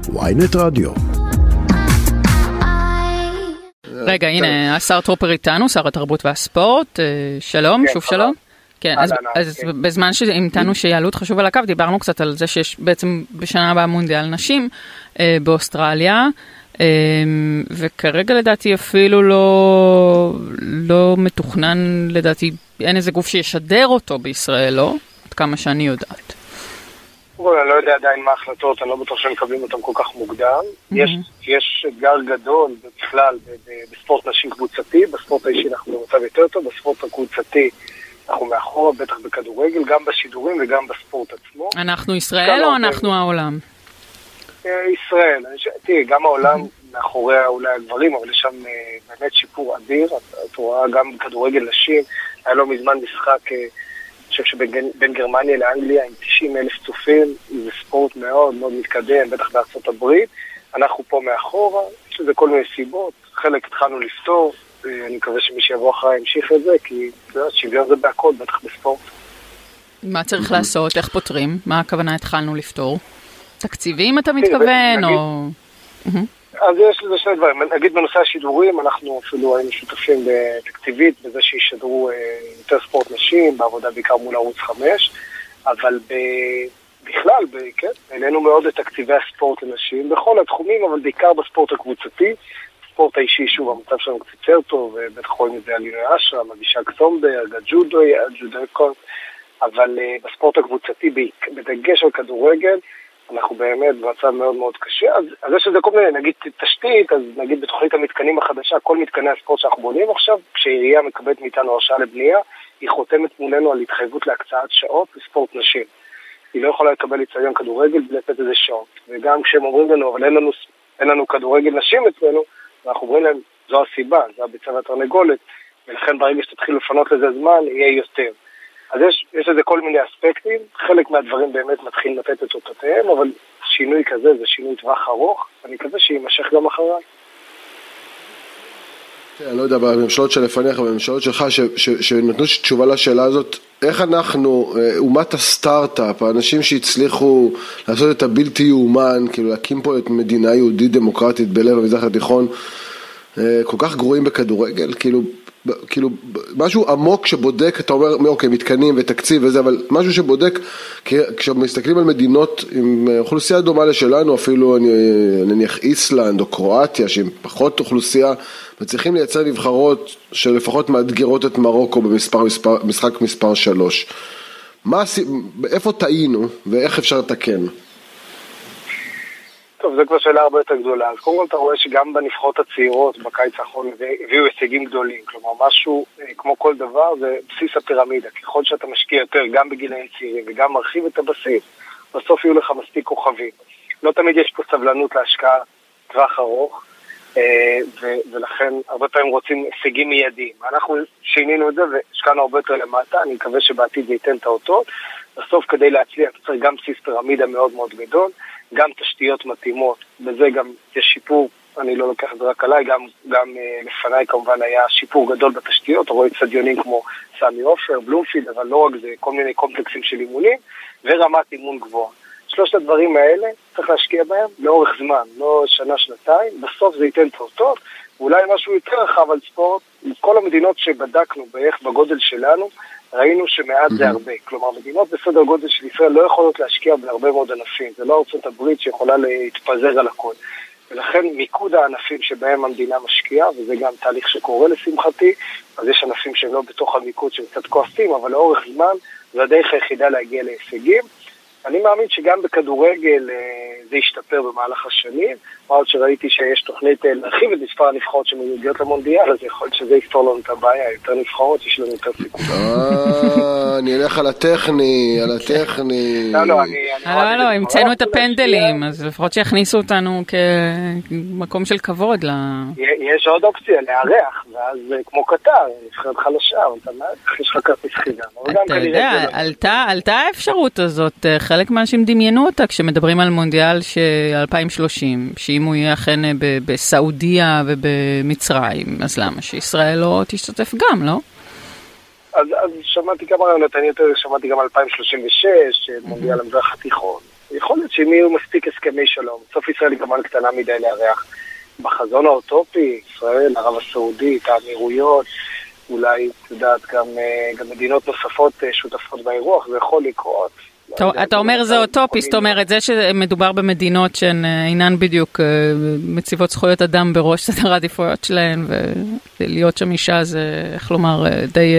ynet רדיו. רגע, הנה, השר טרופר איתנו, שר התרבות והספורט. שלום, שוב שלום. כן, אז בזמן שהמתנו שיעלות חשוב על הקו, דיברנו קצת על זה שיש בעצם בשנה הבאה מונדיאל נשים באוסטרליה, וכרגע לדעתי אפילו לא מתוכנן, לדעתי אין איזה גוף שישדר אותו בישראל, לא? עד כמה שאני יודעת. אני לא יודע עדיין מה ההחלטות, אני לא בטוח שמקבלים אותם כל כך מוקדם. יש אתגר גדול בכלל בספורט נשים קבוצתי, בספורט האישי אנחנו במצב יותר טוב, בספורט הקבוצתי אנחנו מאחורה, בטח בכדורגל, גם בשידורים וגם בספורט עצמו. אנחנו ישראל או אנחנו העולם? ישראל. תראי, גם העולם מאחורי אולי הגברים, אבל יש שם באמת שיפור אדיר. את רואה גם בכדורגל נשים, היה לא מזמן משחק, אני חושב שבין גרמניה לאנגליה עם 90,000 צופים, זה ספורט מאוד מאוד מתקדם, בטח בארצות הברית. אנחנו פה מאחורה, יש לזה כל מיני סיבות, חלק התחלנו לפתור, אני מקווה שמי שיבוא אחריי ימשיך את זה, כי שוויון זה בהכל, בטח בספורט. מה צריך לעשות? איך פותרים? מה הכוונה התחלנו לפתור? תקציבים אתה מתכוון או... אז יש לזה שני דברים. נגיד בנושא השידורים, אנחנו אפילו היינו שותפים בתקציבית, בזה שישדרו יותר ספורט נשים, בעבודה בעיקר מול ערוץ 5, אבל בכלל, כן, העלינו מאוד את תקציבי הספורט לנשים, בכל התחומים, אבל בעיקר בספורט הקבוצתי. הספורט האישי, שוב, המצב שלנו קצת יותר טוב, בטח רואים את זה על יוני אשרם, אבישג סומברג, הג'ודוקון, אבל בספורט הקבוצתי, בדגש על כדורגל, אנחנו באמת במצב מאוד מאוד קשה. אז יש לזה כל מיני, נגיד תשתית, אז נגיד בתוכנית המתקנים החדשה, כל מתקני הספורט שאנחנו בונים עכשיו, כשעירייה מקבלת מאיתנו הרשאה לבנייה, היא חותמת מולנו על התחייבות להקצאת שעות לספורט נשים. היא לא יכולה לקבל אצטדיון כדורגל בלי לתת איזה שעות. וגם כשהם אומרים לנו, אבל אין לנו כדורגל נשים אצלנו, ואנחנו אומרים להם, זו הסיבה, זה הביצה והתרנגולת, ולכן ברגע שתתחיל לפנות לזה זמן, יהיה יותר. אז יש לזה כל מיני אספקטים, חלק מהדברים באמת מתחילים לתת את אותותיהם, אבל שינוי כזה זה שינוי טווח ארוך, אני מקווה שימשך גם אחריי. אני לא יודע, בממשלות שלפניך, בממשלות שלך, שנתנו תשובה לשאלה הזאת, איך אנחנו, אומת הסטארט-אפ, האנשים שהצליחו לעשות את הבלתי יאומן, כאילו להקים פה את מדינה יהודית דמוקרטית בלב המזרח התיכון, כל כך גרועים בכדורגל, כאילו משהו עמוק שבודק, אתה אומר, אוקיי, מתקנים ותקציב וזה, אבל משהו שבודק, כשמסתכלים על מדינות עם אוכלוסייה דומה לשלנו, אפילו נניח איסלנד או קרואטיה, שהן פחות אוכלוסייה, מצליחים לייצר נבחרות שלפחות מאתגרות את מרוקו במשחק מספר 3. איפה טעינו ואיך אפשר לתקן? טוב, זה כבר שאלה הרבה יותר גדולה. אז קודם כל אתה רואה שגם בנבחרות הצעירות בקיץ האחרון הביאו הישגים גדולים. כלומר, משהו, כמו כל דבר, זה בסיס הפירמידה. ככל שאתה משקיע יותר גם בגילאים צעירים וגם מרחיב את הבסיס, בסוף יהיו לך מספיק כוכבים. לא תמיד יש פה סבלנות להשקעה טווח ארוך, ולכן הרבה פעמים רוצים הישגים מיידיים. אנחנו שינינו את זה והשקענו הרבה יותר למטה, אני מקווה שבעתיד זה ייתן את האותות. בסוף כדי להצליח צריך גם בסיס פירמידה מאוד מאוד גדול, גם תשתיות מתאימות, בזה גם יש שיפור, אני לא לוקח את זה רק עליי, גם לפניי כמובן היה שיפור גדול בתשתיות, אתה רואה צדיונים כמו סמי עופר, בלומפילד, אבל לא רק זה, כל מיני קומפלקסים של אימונים, ורמת אימון גבוהה. שלושת הדברים האלה צריך להשקיע בהם לאורך זמן, לא שנה, שנתיים, בסוף זה ייתן תוצאות, ואולי משהו יותר רחב על ספורט, כל המדינות שבדקנו בערך בגודל שלנו, ראינו שמעט זה הרבה. כלומר, מדינות בסדר גודל של ישראל לא יכולות להשקיע בהרבה מאוד ענפים. זה לא ארצות הברית שיכולה להתפזר על הכל. ולכן מיקוד הענפים שבהם המדינה משקיעה, וזה גם תהליך שקורה לשמחתי, אז יש ענפים שהם לא בתוך המיקוד שהם קצת כועסים, אבל לאורך זמן זה הדרך היחידה להגיע להישגים. אני מאמין שגם בכדורגל זה ישתפר במהלך השנים, עוד שראיתי שיש תוכנית להרחיב את מספר הנבחרות שמגיעות למונדיאל, אז יכול להיות שזה יפתור לנו את הבעיה, יותר נבחרות, יש לנו יותר סיכוי. אני אלך על הטכני. לא, המצאנו את הפנדלים, אז לפחות שיכניסו אותנו כמקום של כבוד. יש עוד אופציה, לארח, ואז כמו קטר, נבחרת חלשה, יש לך כרטיס חידה. אתה יודע, עלתה האפשרות הזאת, חלק מהאנשים דמיינו אותה כשמדברים על מונדיאל של 2030, שאם הוא יהיה אכן בסעודיה ובמצרים, אז למה שישראל לא תשתתף גם, לא? אז שמעתי כמה רעיונות, אני יותר שמעתי גם 2036, מונדיאל המזרח התיכון. יכול להיות שאם יהיו מספיק הסכמי שלום, בסוף ישראל היא כמובן קטנה מדי לארח. בחזון האוטופי, ישראל, ערב הסעודית, האמירויות, אולי, את יודעת, גם מדינות נוספות שותפות באירוח, זה יכול לקרות. אתה אומר זה אוטופי, זאת אומרת, זה שמדובר במדינות שהן אינן בדיוק מציבות זכויות אדם בראש סדר העדיפויות שלהן, ולהיות שם אישה זה, איך לומר, די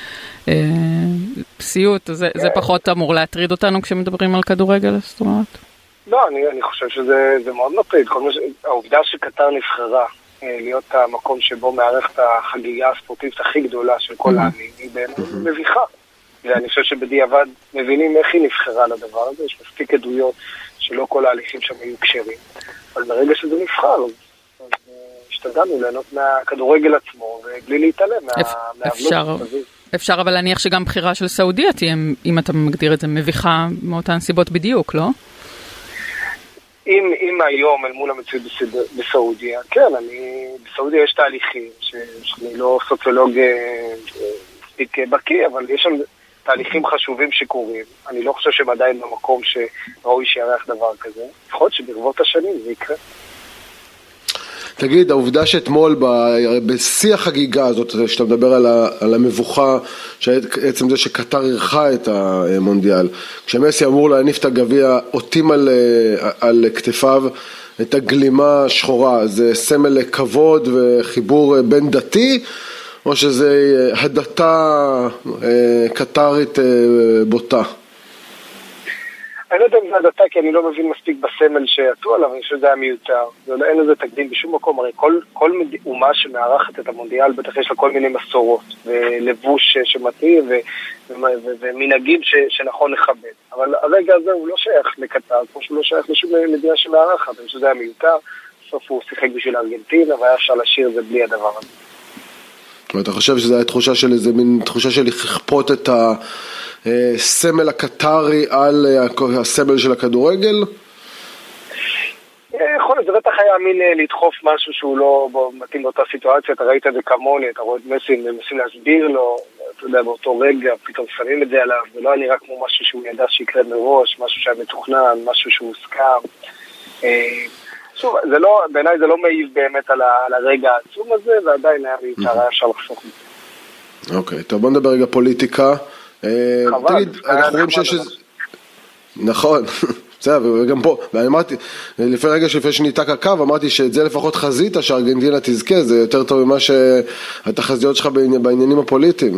פסיעות, זה פחות אמור להטריד אותנו כשמדברים על כדורגל, זאת אומרת? לא, אני חושב שזה מאוד מטריד. העובדה שקטר נבחרה להיות המקום שבו מערכת החגיגה הספורטיבית הכי גדולה של כל העמים, היא באמת מביכה. ואני חושב שבדיעבד מבינים איך היא נבחרה לדבר הזה, יש מספיק עדויות שלא כל ההליכים שם היו קשרים. אבל ברגע שזה נבחר, אז השתדלנו ליהנות מהכדורגל עצמו, ובלי להתעלם מהאבלות. אפשר אבל להניח שגם בחירה של סעודיה תהיה, אם אתה מגדיר את זה, מביכה מאותן סיבות בדיוק, לא? אם היום אל מול המציאות בסעודיה, כן, בסעודיה יש תהליכים, שאני לא סוציולוג מספיק בקיא, אבל יש שם תהליכים חשובים שקורים. אני לא חושב שהם עדיין במקום שראוי שיערך דבר כזה. יכול להיות שברבות השנים זה יקרה. תגיד, העובדה שאתמול בשיא החגיגה הזאת, שאתה מדבר על המבוכה, שעצם זה שקטר ערכה את המונדיאל, כשמסי אמור להניף את הגביע, עוטים על כתפיו את הגלימה השחורה, זה סמל לכבוד וחיבור בין דתי, או שזה הדתה קטרית בוטה? אני לא יודע אם זה הדתה, כי אני לא מבין מספיק בסמל שעטו עליו, אני חושב שזה היה מיותר. אין לזה תקדים בשום מקום, הרי כל אומה שמארחת את המונדיאל, בטח יש לה כל מיני מסורות, ולבוש שמתאים, ומנהגים שנכון לכבד. אבל הרגע הזה הוא לא שייך לקטר, כמו שהוא לא שייך לשום מדינה שמארחת, אני חושב שזה היה מיותר, בסוף הוא שיחק בשביל ארגנטינה, והיה אפשר לשיר את זה בלי הדבר הזה. ואתה חושב שזו הייתה תחושה של איזה מין תחושה של לכפות את הסמל הקטרי על הסמל של הכדורגל? יכול להיות, זה בטח היה מין לדחוף משהו שהוא לא מתאים באותה סיטואציה, אתה ראית את זה כמוני, אתה רואה את מסי, מנסים להסביר לו, אתה יודע, באותו רגע, פתאום שמים את זה עליו, זה לא היה נראה כמו משהו שהוא ידע שיקרה מראש, משהו שהיה מתוכנן, משהו שהוא הוסכם. שוב, בעיניי זה לא מעיב באמת על הרגע העצום הזה, ועדיין היה מיותר, היה אפשר לחסוך מזה. אוקיי, טוב, בוא נדבר רגע פוליטיקה. תגיד, אנחנו רואים שיש... נכון, בסדר, וגם פה, ואני אמרתי, לפני רגע שלפני שניתק הקו, אמרתי שאת זה לפחות חזית, שארגנטינה תזכה, זה יותר טוב ממה שהתחזיות שלך בעניינים הפוליטיים.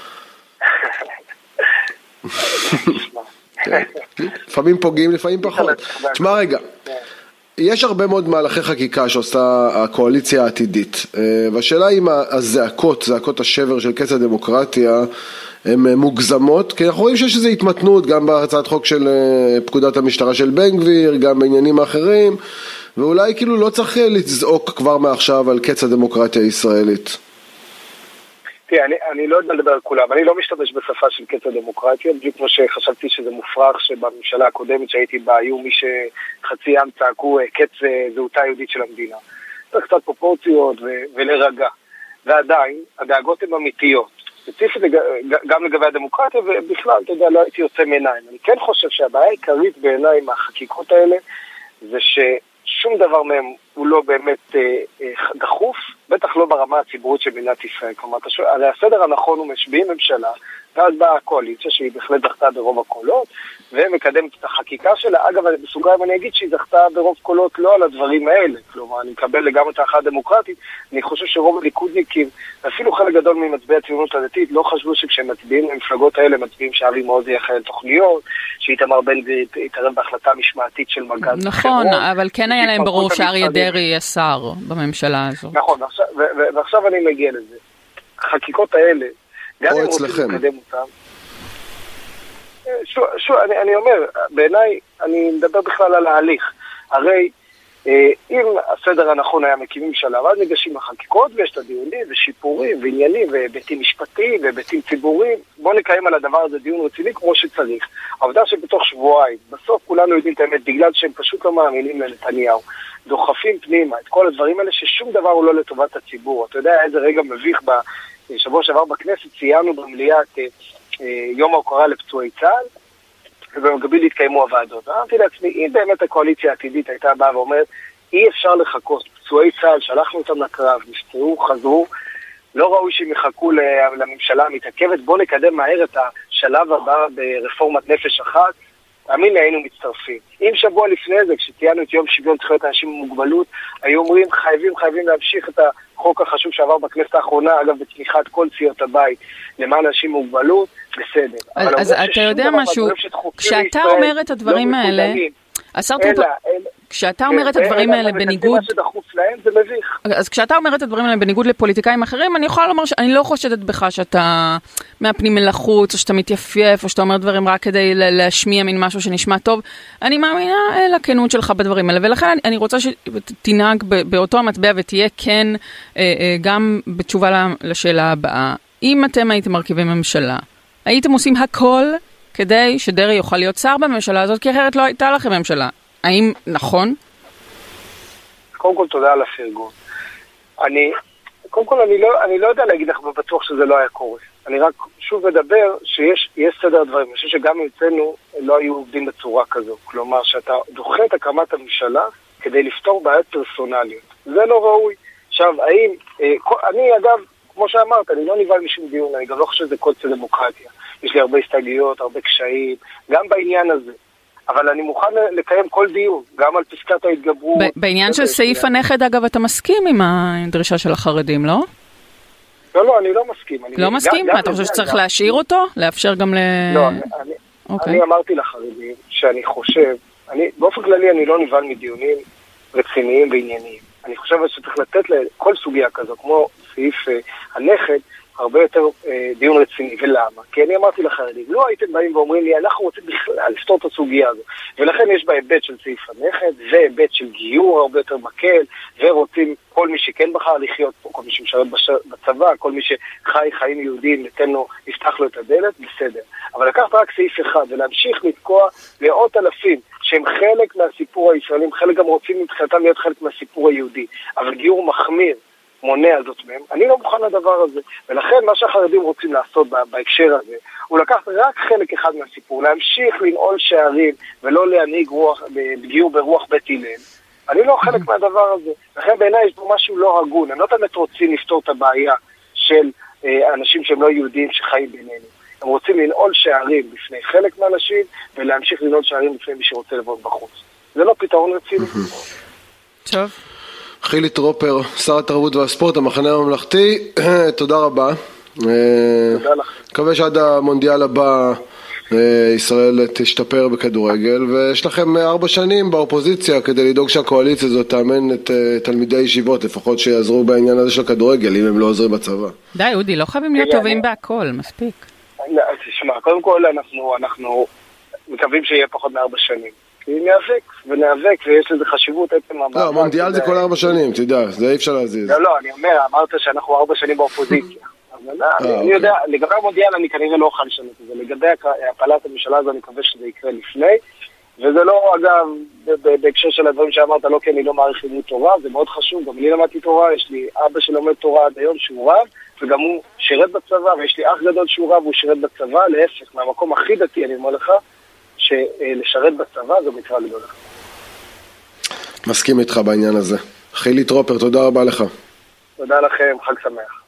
לפעמים פוגעים, לפעמים פחות. תשמע רגע, יש הרבה מאוד מהלכי חקיקה שעושה הקואליציה העתידית, והשאלה אם זעקות השבר של קץ הדמוקרטיה, הן מוגזמות, כי אנחנו רואים שיש איזו התמתנות גם בהצעת חוק של פקודת המשטרה של בן גביר, גם בעניינים האחרים, ואולי כאילו לא צריך לזעוק כבר מעכשיו על קץ הדמוקרטיה הישראלית. תראה, אני לא יודע לדבר על כולם, אני לא משתמש בשפה של קץ הדמוקרטיה, בדיוק כמו שחשבתי שזה מופרך שבממשלה הקודמת שהייתי בה, היו מי שחצי עם צעקו קץ זהותה היהודית של המדינה. צריך קצת פרופורציות ולרגע. ועדיין, הדאגות הן אמיתיות. ספציפית גם לגבי הדמוקרטיה, ובכלל, אתה יודע, לא הייתי יוצא מעיניים. אני כן חושב שהבעיה העיקרית בעיניי מהחקיקות האלה, זה ששום דבר מהם הוא לא באמת דחוף, בטח לא ברמה הציבורית של מדינת ישראל. כלומר, הרי הסדר הנכון הוא משביעים ממשלה, ואז באה הקואליציה, שהיא בהחלט זכתה ברוב הקולות, ומקדמת את החקיקה שלה. אגב, בסוגריים אני אגיד שהיא זכתה ברוב קולות לא על הדברים האלה. כלומר, אני מקבל לגמרי את האחת הדמוקרטית. אני חושב שרוב הליכודניקים, אפילו חלק גדול ממצביעי הציונות הדתית, לא חשבו שכשהם מצביעים למפלגות האלה, מצביעים שאבי מעוז יחל תוכניות, שאיתמר בן גביר יתערב בהחלטה משמעתית של מג"ד. נכון, אבל כן היה להם ברור שאריה דרעי יהיה שר בממשלה הזאת. נכון, ועכשיו אני מגיע לזה. החקיקות האלה, גם אם רוצים לקדם אותם, אני אומר, בעיניי, אני מדבר בכלל על ההליך. הרי אם הסדר הנכון היה מקימים ממשלה, ואז ניגשים לחקיקות, ויש את הדיונים, ושיפורים, ועניינים, והיבטים משפטיים, והיבטים ציבוריים, בואו נקיים על הדבר הזה דיון רציני כמו שצריך. העובדה שבתוך שבועיים, בסוף כולנו יודעים את האמת, בגלל שהם פשוט לא מאמינים לנתניהו, דוחפים פנימה את כל הדברים האלה, ששום דבר הוא לא לטובת הציבור. אתה יודע איזה רגע מביך בשבוע שעבר בכנסת, ציינו במליאה את יום ההוקרה לפצועי צה"ל, ובמקביל התקיימו הוועדות. אמרתי לעצמי, אם באמת הקואליציה העתידית הייתה באה ואומרת, אי אפשר לחכות, פצועי צה"ל, שלחנו אותם לקרב, נפצעו, חזרו, לא ראוי שהם יחכו לממשלה המתעכבת, בואו נקדם מהר את השלב הבא ברפורמת נפש אחת, תאמין לי, היינו מצטרפים. אם שבוע לפני זה, כשתיינו את יום שוויון זכויות אנשים עם מוגבלות, היו אומרים, חייבים להמשיך את החוק החשוב שעבר בכנסת האחרונה, אגב, בתמיכת כל סיעות הבית, למען אנשים עם מוגבלות, בסדר. אז אתה יודע משהו, כשאתה אומר את הדברים האלה, כשאתה אומר את הדברים האלה בניגוד, אז כשאתה אומר את הדברים האלה בניגוד לפוליטיקאים אחרים, אני יכולה לומר שאני לא חושדת בך שאתה מהפנים מלחוץ, או שאתה מתייפייף, או שאתה אומר דברים רק כדי להשמיע מן משהו שנשמע טוב. אני מאמינה לכנות שלך בדברים האלה, ולכן אני רוצה שתנהג באותו המטבע ותהיה כן גם בתשובה לשאלה הבאה. אם אתם הייתם מרכיבים ממשלה, הייתם עושים הכל כדי שדרי יוכל להיות שר בממשלה הזאת, כי אחרת לא הייתה לכם ממשלה. האם נכון? קודם כל תודה על הפרגון. קודם כל אני לא יודע להגיד לך בטוח שזה לא היה קורה. אני רק שוב מדבר שיש סדר דברים. אני חושב שגם אצלנו לא היו עובדים בצורה כזו. כלומר שאתה דוחה את הקמת הממשלה כדי לפתור בעיות פרסונליות. זה לא ראוי. עכשיו, אני אגב, כמו שאמרת, אני לא נבהל משום דיון, אני גם לא חושב שזה קודש דמוקרטיה. יש לי הרבה הסתייגויות, הרבה קשיים, גם בעניין הזה. אבל אני מוכן לקיים כל דיון, גם על פסקת ההתגברות. בעניין של סעיף הנכד, אגב, אתה מסכים עם הדרישה של החרדים, לא? לא, אני לא מסכים. לא מסכים? אתה חושב שצריך להשאיר אותו? לאפשר גם לא, אני אמרתי לחרדים שאני חושב, באופן כללי אני לא נבהל מדיונים רציניים וענייניים. אני חושב שצריך לתת לכל סוגיה כזו, כמו סעיף הנכד, הרבה יותר דיון רציני. ולמה? כי אני אמרתי לחרדים, לא הייתם באים ואומרים לי, אנחנו רוצים בכלל לפתור את הסוגיה הזו. ולכן יש בה היבט של סעיף הנכד, והיבט של גיור הרבה יותר מקל, ורוצים כל מי שכן בחר לחיות פה, כל מי שמשרת בצבא, כל מי שחי חיים יהודיים, נפתח לו את הדלת, בסדר. אבל לקחת רק סעיף אחד, ולהמשיך לתקוע מאות אלפים, שהם חלק מהסיפור הישראלים, חלק גם רוצים מבחינתם להיות חלק מהסיפור היהודי, אבל גיור מחמיר, מונע זאת מהם, אני לא מוכן לדבר הזה. ולכן מה שהחרדים רוצים לעשות בהקשר הזה, הוא לקחת רק חלק אחד מהסיפור, להמשיך לנעול שערים, ולא להנהיג גיור ברוח בית הלל. אני לא חלק מהדבר הזה. לכן בעיניי יש פה משהו לא הגון. הם לא באמת רוצים לפתור את הבעיה של אנשים שהם לא יהודים שחיים בינינו. הם רוצים לנעול שערים בפני חלק מהאנשים, ולהמשיך לנעול שערים בפני מי שרוצה לבוא בחוץ. זה לא פתרון רציני. טוב. חילי טרופר, שר התרבות והספורט, המחנה הממלכתי, תודה רבה. תודה לך. מקווה שעד המונדיאל הבא ישראל תשתפר בכדורגל, ויש לכם 4 שנים באופוזיציה כדי לדאוג שהקואליציה הזאת תאמן את תלמידי הישיבות, לפחות שיעזרו בעניין הזה של הכדורגל, אם הם לא עוזרים בצבא. די, אודי, לא חייבים להיות טובים בהכל, מספיק. תשמע, קודם כל אנחנו מקווים שיהיה פחות מ4 שנים. ניאבק, ויש לזה חשיבות. לא, מונדיאל זה כל 4 שנים, תדע, זה אי אפשר להזיז. לא, אני אומר, אמרת שאנחנו 4 שנים באופוזיציה. אני יודע, לגבי המונדיאל אני כנראה לא אוכל לשנות את זה. לגבי הפעלת הממשלה הזו אני מקווה שזה יקרה לפני, וזה לא, אגב, בהקשר של הדברים שאמרת, לא כי אני לא מעריך לימוד תורה, זה מאוד חשוב, גם אני למדתי תורה, יש לי אבא שלומד תורה עד היום שהוא רב, וגם הוא שירת בצבא, ויש לי אח גדול שהוא רב, והוא שירת בצבא, להפך, מהמקום הכי דתי, אני אומר לך, שלשרת בצבא זו מצווה גדולה. מסכים איתך בעניין הזה. חילי טרופר, תודה רבה לך. תודה לכם, חג שמח.